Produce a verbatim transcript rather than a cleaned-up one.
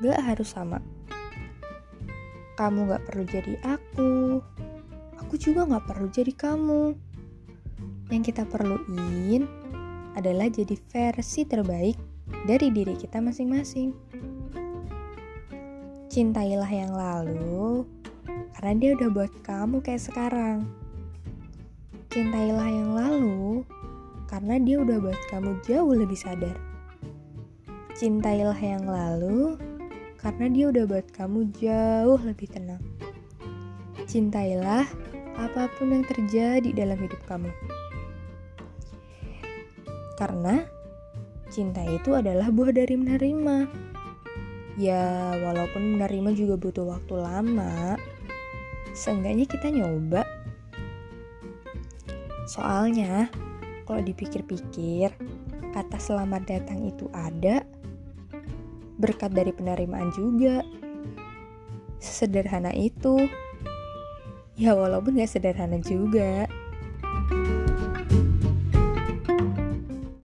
gak harus sama. Kamu gak perlu jadi aku, aku juga gak perlu jadi kamu. Yang kita perluin adalah jadi versi terbaik dari diri kita masing-masing. Cintailah yang lalu, karena dia udah buat kamu kayak sekarang. Cintailah yang lalu, karena dia udah buat kamu jauh lebih sadar. Cintailah yang lalu, karena dia udah buat kamu jauh lebih tenang. Cintailah apapun yang terjadi dalam hidup kamu. Karena cinta itu adalah buah dari menerima. Ya, walaupun menerima juga butuh waktu lama, seenggaknya kita nyoba. Soalnya, kalau dipikir-pikir, kata selamat datang itu ada, berkat dari penerimaan juga. Sesederhana itu. Ya, walaupun gak sederhana juga.